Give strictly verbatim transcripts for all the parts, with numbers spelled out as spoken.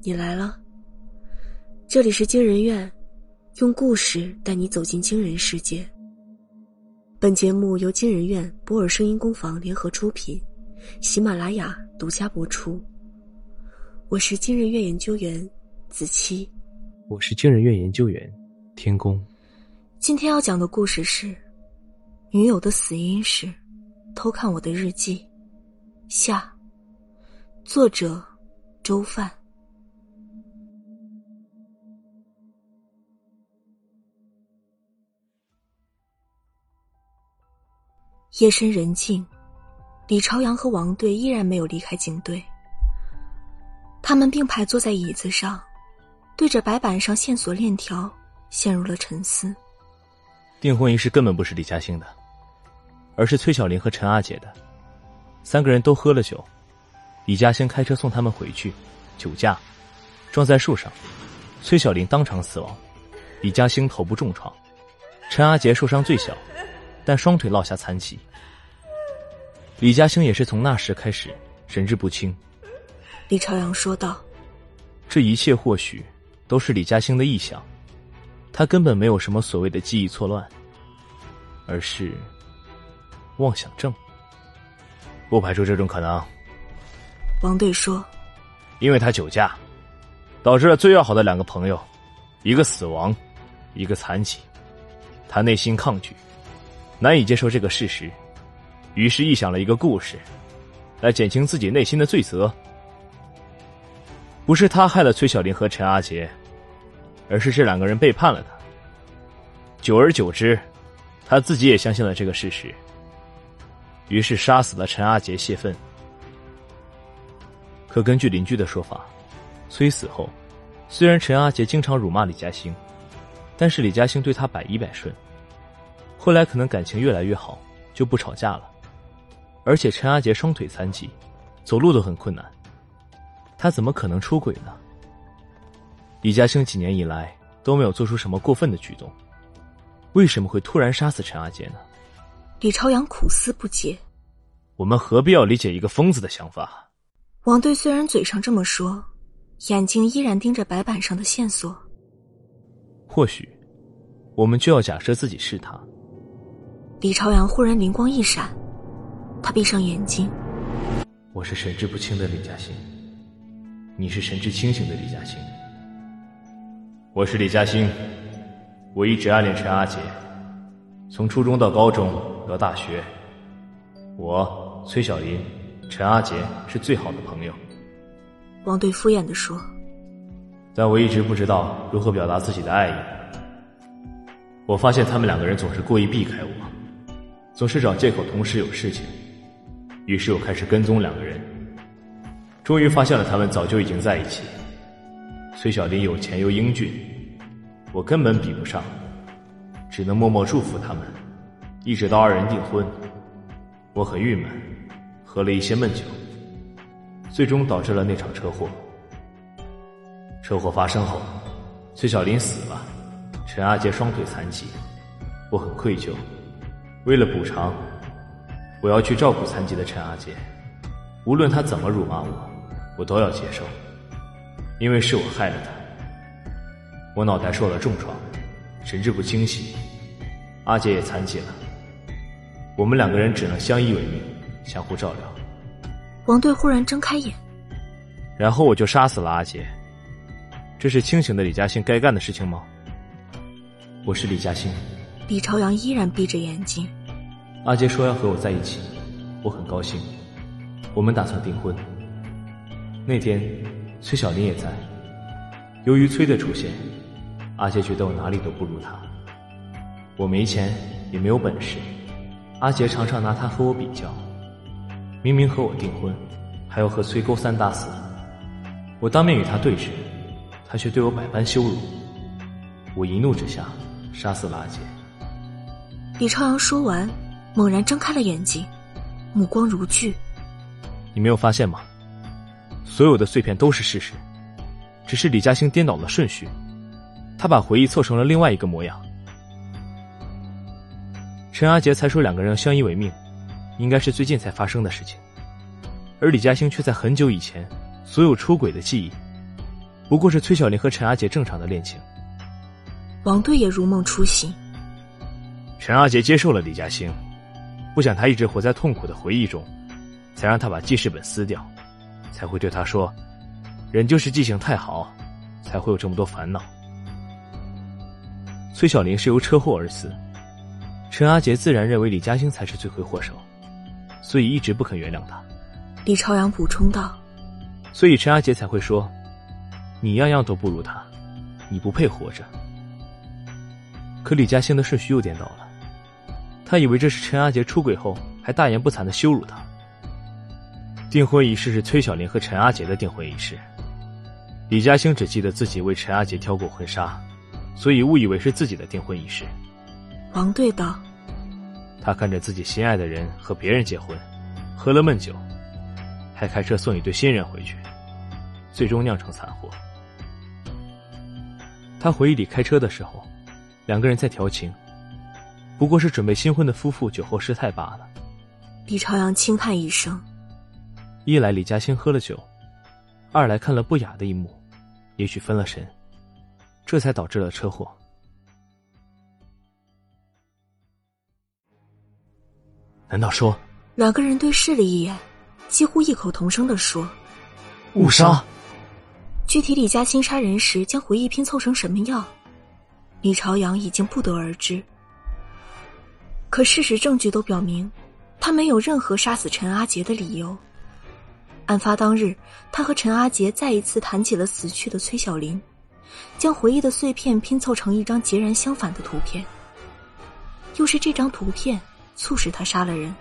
你来了。这里是惊人院，用故事带你走进惊人世界。本节目由惊人院博尔声音工坊联合出品，喜马拉雅独家播出。我是惊人院研究员子期， 我是惊人院研究员天宫。 今天要讲的故事是女友的死因是偷看我的日记下，作者周范。夜深人静，李朝阳和王队依然没有离开警队。他们并排坐在椅子上，对着白板上线索链条陷入了沉思。 订婚仪式根本不是李嘉欣的，而是崔小林和陈阿杰的。三个人都喝了酒，李嘉欣开车送他们回去，酒驾撞在树上，崔小林当场死亡，李嘉欣头部重创，陈阿杰受伤最小，但双腿落下残疾。李嘉欣也是从那时开始神志不清。 李朝阳说道， 这一切或许都是李嘉欣的臆想，他根本没有什么所谓的记忆错乱，而是妄想症。不排除这种可能。 王队说， 因为他酒驾导致了最要好的两个朋友，一个死亡，一个残疾。他内心抗拒，难以接受这个事实，于是臆想了一个故事来减轻自己内心的罪责。不是他害了崔小林和陈阿杰，而是这两个人背叛了他。久而久之，他自己也相信了这个事实，于是杀死了陈阿杰泄愤。可根据邻居的说法，崔死后，虽然陈阿杰经常辱骂李嘉欣，但是李嘉欣对他百依百顺。后来可能感情越来越好，就不吵架了。而且陈阿杰双腿残疾，走路都很困难，他怎么可能出轨呢？李嘉欣几年以来都没有做出什么过分的举动，为什么会突然杀死陈阿杰呢？ 李朝阳苦思不解。 我们何必要理解一个疯子的想法？ 王队虽然嘴上这么说，眼睛依然盯着白板上的线索。 或许我们就要假设自己是他。 李朝阳忽然灵光一闪，他闭上眼睛。 我是神志不清的李嘉欣，你是神志清醒的李嘉欣。我是李嘉欣，我一直暗恋陈阿杰，从初中到高中到大学，我崔小林陈阿杰是最好的朋友。 王队敷衍地说， 但我一直不知道如何表达自己的爱意。我发现他们两个人总是故意避开我，总是找借口同时有事情，于是我开始跟踪两个人，终于发现了他们早就已经在一起。崔小林有钱又英俊，我根本比不上，只能默默祝福他们，一直到二人订婚。我很郁闷，喝了一些闷酒，最终导致了那场车祸。车祸发生后，崔小林死了，陈阿杰双腿残疾，我很愧疚。为了补偿，我要去照顾残疾的陈阿杰，无论他怎么辱骂我，我都要接受，因为是我害了他。我脑袋受了重创，神志不清晰，阿杰也残疾了，我们两个人只能相依为命，相互照料。 王队忽然睁开眼， 然后我就杀死了阿杰。这是清醒的李嘉欣该干的事情吗？我是李嘉欣。 李朝阳依然闭着眼睛。 阿杰说要和我在一起，我很高兴，我们打算订婚。那天崔小林也在，由于崔的出现，阿杰觉得我哪里都不如他。我没钱也没有本事，阿杰常常拿他和我比较，明明和我订婚，还要和崔勾三搭四。我当面与他对峙，他却对我百般羞辱。我一怒之下杀死了阿杰。 李朝阳说完，猛然睁开了眼睛，目光如炬。 你没有发现吗？所有的碎片都是事实，只是李嘉欣颠倒了顺序，他把回忆凑成了另外一个模样。陈阿杰才说两个人相依为命，应该是最近才发生的事情，而李嘉欣却在很久以前所有出轨的记忆不过是崔小林和陈阿杰正常的恋情。 王队也如梦初醒。 陈阿杰接受了李嘉欣，不想他一直活在痛苦的回忆中，才让他把记事本撕掉，才会对他说，人就是记性太好，才会有这么多烦恼。崔小林是由车祸而死，陈阿杰自然认为李嘉欣才是罪魁祸首，所以一直不肯原谅他。 李朝阳补充道， 所以陈阿杰才会说，你样样都不如他，你不配活着。可李嘉欣的顺序又颠倒了，他以为这是陈阿杰出轨后还大言不惭地羞辱他。订婚仪式是崔小林和陈阿杰的订婚仪式，李嘉欣只记得自己为陈阿杰挑过婚纱，所以误以为是自己的订婚仪式。 王队道， 他看着自己心爱的人和别人结婚，喝了闷酒，还开车送一对新人回去，最终酿成惨祸。他回忆里开车的时候，两个人在调情，不过是准备新婚的夫妇酒后失态罢了。 李朝阳轻叹一声， 一来李嘉欣喝了酒，二来看了不雅的一幕，也许分了神，这才导致了车祸。难道说？ 两个人对视了一眼，几乎异口同声地说， 误杀。 具体李嘉欣杀人时将回忆拼凑成什么样，李朝阳已经不得而知。可事实证据都表明，他没有任何杀死陈阿杰的理由。案发当日，他和陈阿杰再一次谈起了死去的崔小林，将回忆的碎片拼凑成一张截然相反的图片。又是这张图片促使他杀了人。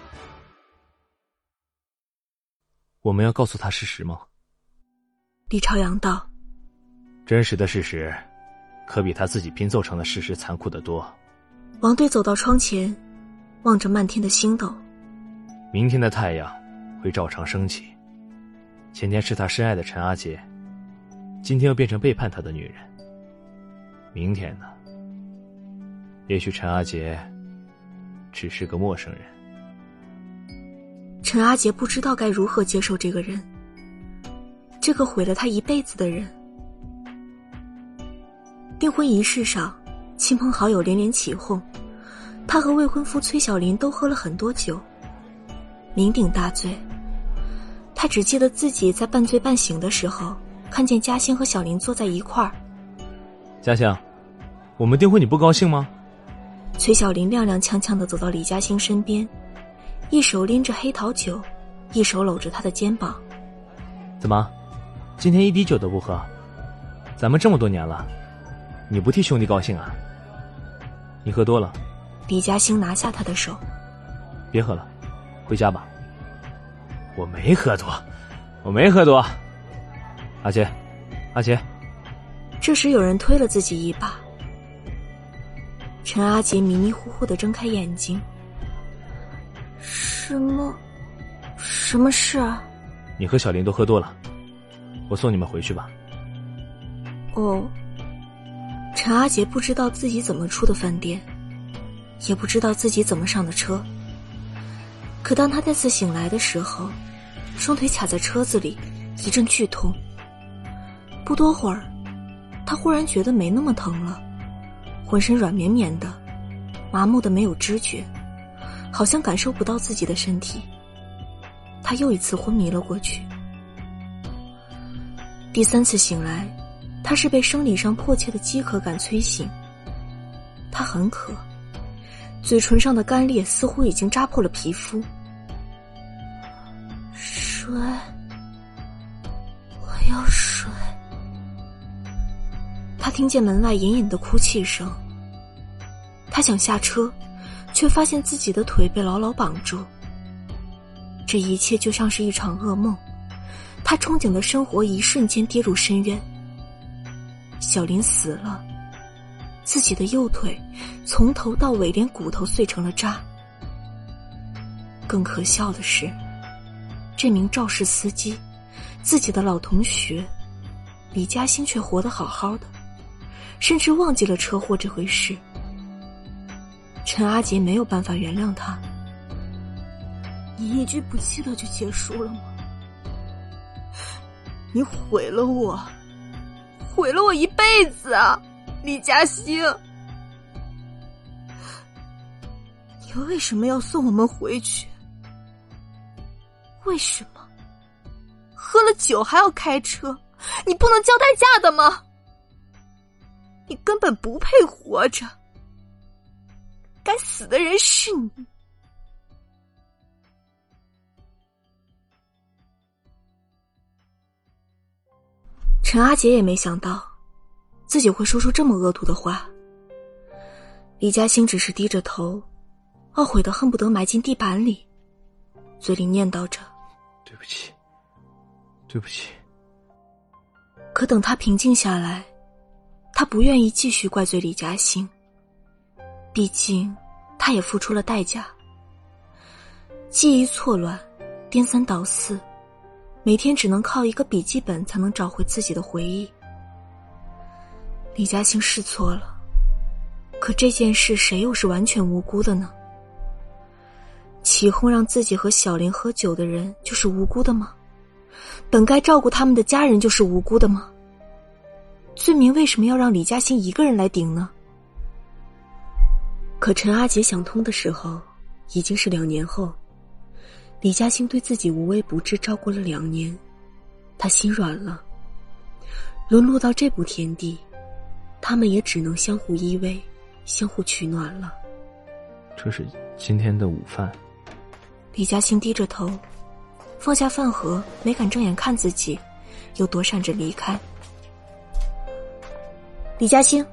我们要告诉他事实吗？ 李朝阳道， 真实的事实可比他自己拼凑成的事实残酷得多。 王队走到窗前，望着漫天的星斗。 明天的太阳会照常升起，前天是他深爱的陈阿杰，今天又变成背叛他的女人。明天呢？也许陈阿杰只是个陌生人。 陈阿杰不知道该如何接受这个人，这个毁了他一辈子的人。订婚仪式上，亲朋好友连连起哄，他和未婚夫崔小林都喝了很多酒，酩酊大醉。他只记得自己在半醉半醒的时候，看见嘉欣和小林坐在一块儿。 嘉欣，我们订婚你不高兴吗？ 崔小林踉踉跄跄地走到李嘉欣身边，一手拎着黑桃酒，一手搂着她的肩膀。 怎么，今天一滴酒都不喝？咱们这么多年了，你不替兄弟高兴啊？你喝多了。 李嘉欣拿下他的手， 别喝了，回家吧。我没喝多，我没喝多。阿杰，阿杰。 这时有人推了自己一把。陈阿杰迷迷糊糊地睁开眼睛。什么？什么事啊？ 你和小林都喝多了，我送你们回去吧。 哦。陈阿杰不知道自己怎么出的饭店，也不知道自己怎么上的车。可当他再次醒来的时候，双腿卡在车子里，一阵剧痛。不多会儿，他忽然觉得没那么疼了，浑身软绵绵的，麻木的没有知觉，好像感受不到自己的身体。他又一次昏迷了过去。第三次醒来，他是被生理上迫切的饥渴感催醒。他很渴，嘴唇上的干裂似乎已经扎破了皮肤。水，我要水。他听见门外隐隐的哭泣声。他想下车，却发现自己的腿被牢牢绑住。这一切就像是一场噩梦，他憧憬的生活一瞬间跌入深渊。小林死了，自己的右腿从头到尾连骨头碎成了渣。更可笑的是，这名肇事司机，自己的老同学李嘉欣却活得好好的，甚至忘记了车祸这回事。陈阿杰没有办法原谅他。你一句不记得就结束了吗？你毁了我， 毁了我一辈子啊，李嘉欣！你为什么要送我们回去？为什么？喝了酒还要开车，你不能交代驾的吗？你根本不配活着，该死的人是你。 陈阿杰也没想到自己会说出这么恶毒的话。李嘉欣只是低着头，懊悔得恨不得埋进地板里，嘴里念叨着对不起对不起。 可等他平静下来，他不愿意继续怪罪李嘉欣，毕竟他也付出了代价。记忆错乱，颠三倒四，每天只能靠一个笔记本才能找回自己的回忆。李嘉欣是错了，可这件事谁又是完全无辜的呢？起哄让自己和小林喝酒的人就是无辜的吗？本该照顾他们的家人就是无辜的吗？罪名为什么要让李嘉欣一个人来顶呢？可陈阿杰想通的时候已经是两年后。李嘉欣对自己无微不至照顾了两年，他心软了。沦落到这步田地，他们也只能相互依偎，相互取暖了。 这是今天的午饭。 李嘉欣低着头，放下饭盒，没敢正眼看自己，又躲闪着离开。李嘉欣，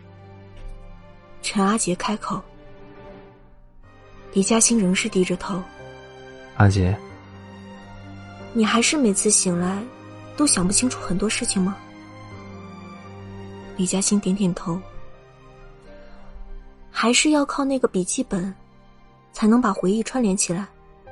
陈阿杰开口。李嘉欣仍是低着头。 阿杰， 你还是每次醒来都想不清楚很多事情吗？李嘉欣点点头。还是要靠那个笔记本才能把回忆串联起来？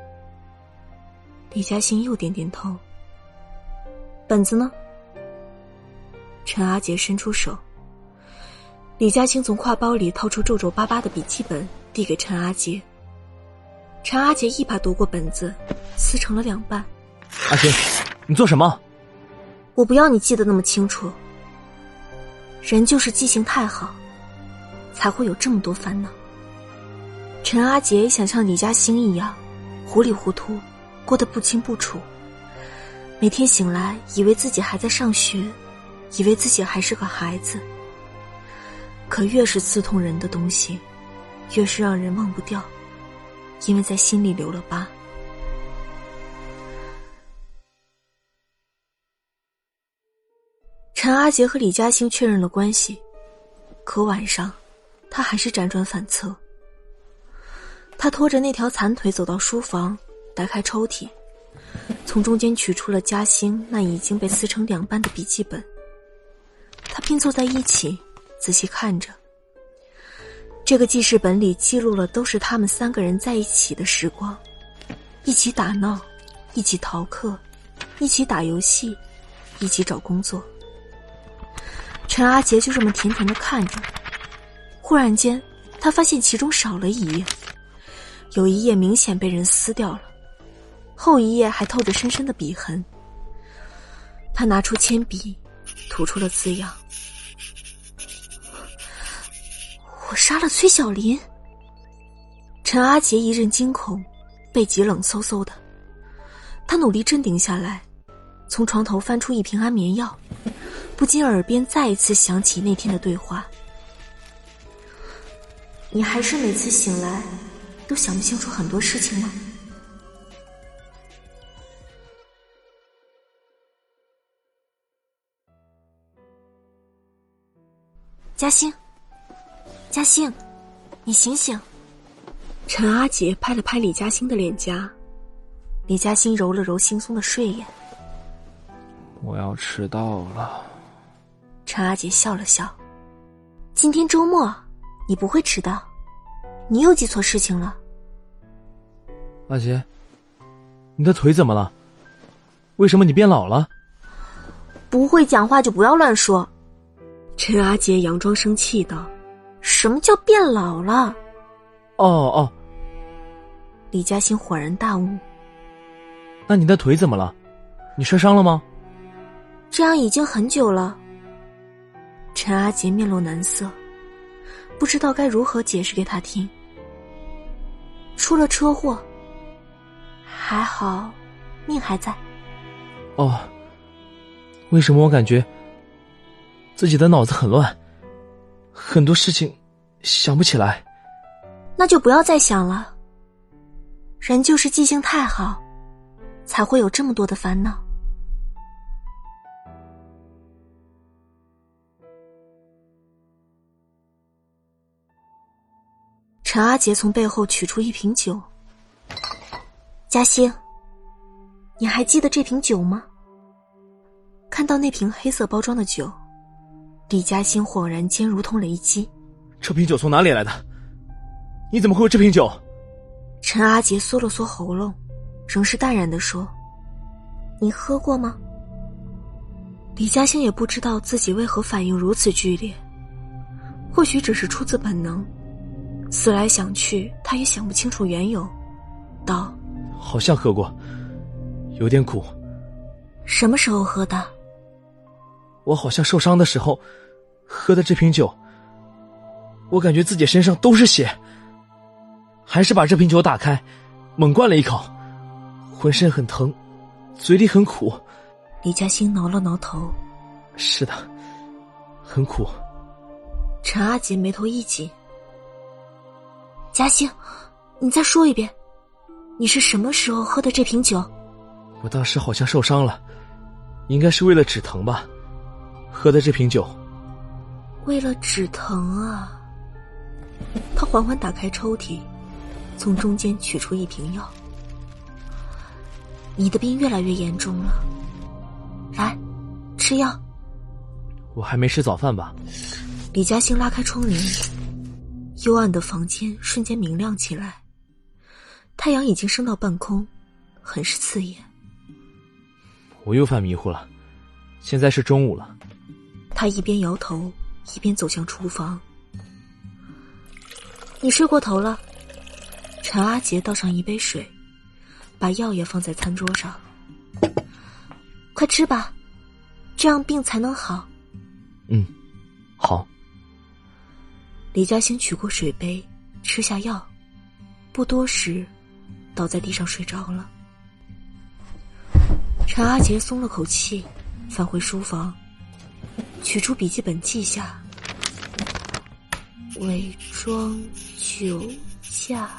李嘉欣又点点头。本子呢？陈阿杰伸出手。李嘉欣从挎包里掏出皱皱巴巴的笔记本，递给陈阿杰。陈阿杰一把夺过本子，撕成了两半。 阿杰，你做什么？ 我不要你记得那么清楚。人就是记性太好，才会有这么多烦恼。陈阿杰想像李嘉欣一样，糊里糊涂，过得不清不楚。每天醒来，以为自己还在上学，以为自己还是个孩子。可越是刺痛人的东西，越是让人忘不掉。因为在心里留了疤。陈阿杰和李嘉欣确认了关系，可晚上他还是辗转反侧。他拖着那条残腿走到书房，打开抽屉，从中间取出了嘉欣那已经被撕成两半的笔记本。他拼凑在一起，仔细看着。这个记事本里记录了都是他们三个人在一起的时光，一起打闹，一起逃课，一起打游戏，一起找工作。陈阿杰就这么甜甜地看着，忽然间他发现其中少了一页，有一页明显被人撕掉了，后一页还透着深深的笔痕。他拿出铅笔，涂出了字样：我杀了崔小林。陈阿杰一阵惊恐，背脊冷飕飕的。他努力镇定下来，从床头翻出一瓶安眠药，不禁耳边再一次响起那天的对话：你还是每次醒来都想不清楚很多事情吗？嘉欣，嘉欣，你醒醒！陈阿杰拍了拍李嘉欣的脸颊，李嘉欣揉了揉惺忪的睡眼。 我要迟到了。 陈阿杰笑了笑，今天周末，你不会迟到，你又记错事情了。 阿杰，你的腿怎么了？为什么你变老了？ 不会讲话就不要乱说。陈阿杰佯装生气道：什么叫变老了？ 哦哦。 李嘉欣恍然大悟。 那你的腿怎么了？你摔伤了吗？ 这样已经很久了。 陈阿杰面露难色，不知道该如何解释给他听。出了车祸，还好命还在。 哦，为什么我感觉自己的脑子很乱，很多事情想不起来？ 那就不要再想了，人就是记性太好，才会有这么多的烦恼。陈阿杰从背后取出一瓶酒。嘉兴，你还记得这瓶酒吗？看到那瓶黑色包装的酒，李嘉欣恍然间如同雷击。 这瓶酒从哪里来的？你怎么会有这瓶酒？ 陈阿杰缩了缩喉咙，仍是淡然地说：你喝过吗？李嘉欣也不知道自己为何反应如此剧烈，或许只是出自本能，思来想去，他也想不清楚缘由，道： 好像喝过，有点苦。 什么时候喝的？ 我好像受伤的时候喝的这瓶酒，我感觉自己身上都是血，还是把这瓶酒打开，猛灌了一口，浑身很疼，嘴里很苦。 李嘉欣挠了挠头。 是的，很苦。 陈阿杰眉头一紧。嘉欣，你再说一遍，你是什么时候喝的这瓶酒？ 我当时好像受伤了，应该是为了止疼吧，喝的这瓶酒。 为了止疼啊。他缓缓打开抽屉，从中间取出一瓶药。你的病越来越严重了，来，吃药。 我还没吃早饭吧？ 李嘉欣拉开窗帘，幽暗的房间瞬间明亮起来，太阳已经升到半空，很是刺眼。 我又犯迷糊了，现在是中午了。 他一边摇头一边走向厨房。你睡过头了。陈阿杰倒上一杯水，把药也放在餐桌上。快吃吧，这样病才能好。 嗯，好。 李嘉欣取过水杯，吃下药，不多时倒在地上睡着了。陈阿杰松了口气，返回书房，取出笔记本记下：伪装酒驾。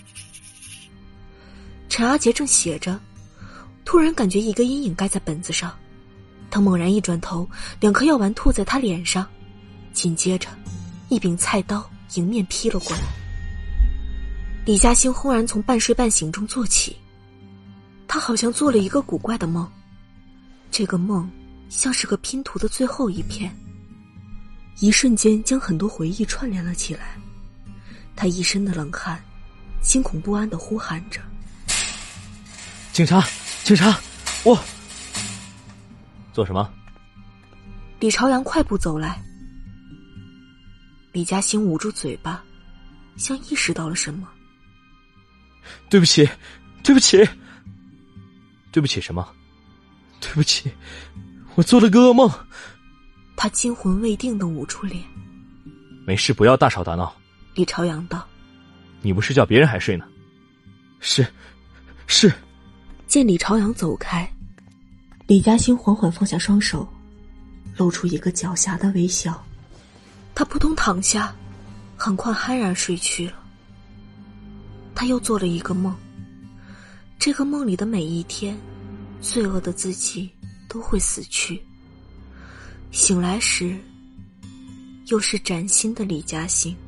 陈阿杰正写着，突然感觉一个阴影盖在本子上，他猛然一转头，两颗药丸吐在他脸上，紧接着一柄菜刀迎面劈了过来。李嘉欣轰然从半睡半醒中坐起，他好像做了一个古怪的梦，这个梦像是个拼图的最后一片，一瞬间将很多回忆串联了起来。他一身的冷汗，惊恐不安地呼喊着： 警察，警察，我…… 做什么？ 李朝阳快步走来。李嘉欣捂住嘴巴，像意识到了什么。 对不起，对不起。 对不起什么？ 对不起，我做了个噩梦。 他惊魂未定地捂住脸。 没事，不要大吵大闹。 李朝阳道： 你不是叫别人还睡呢？ 是，是。 见李朝阳走开，李嘉欣缓缓放下双手，露出一个狡黠的微笑。他扑通躺下，很快酣然睡去了。他又做了一个梦，这个梦里的每一天，罪恶的自己都会死去。醒来时，又是崭新的李嘉欣。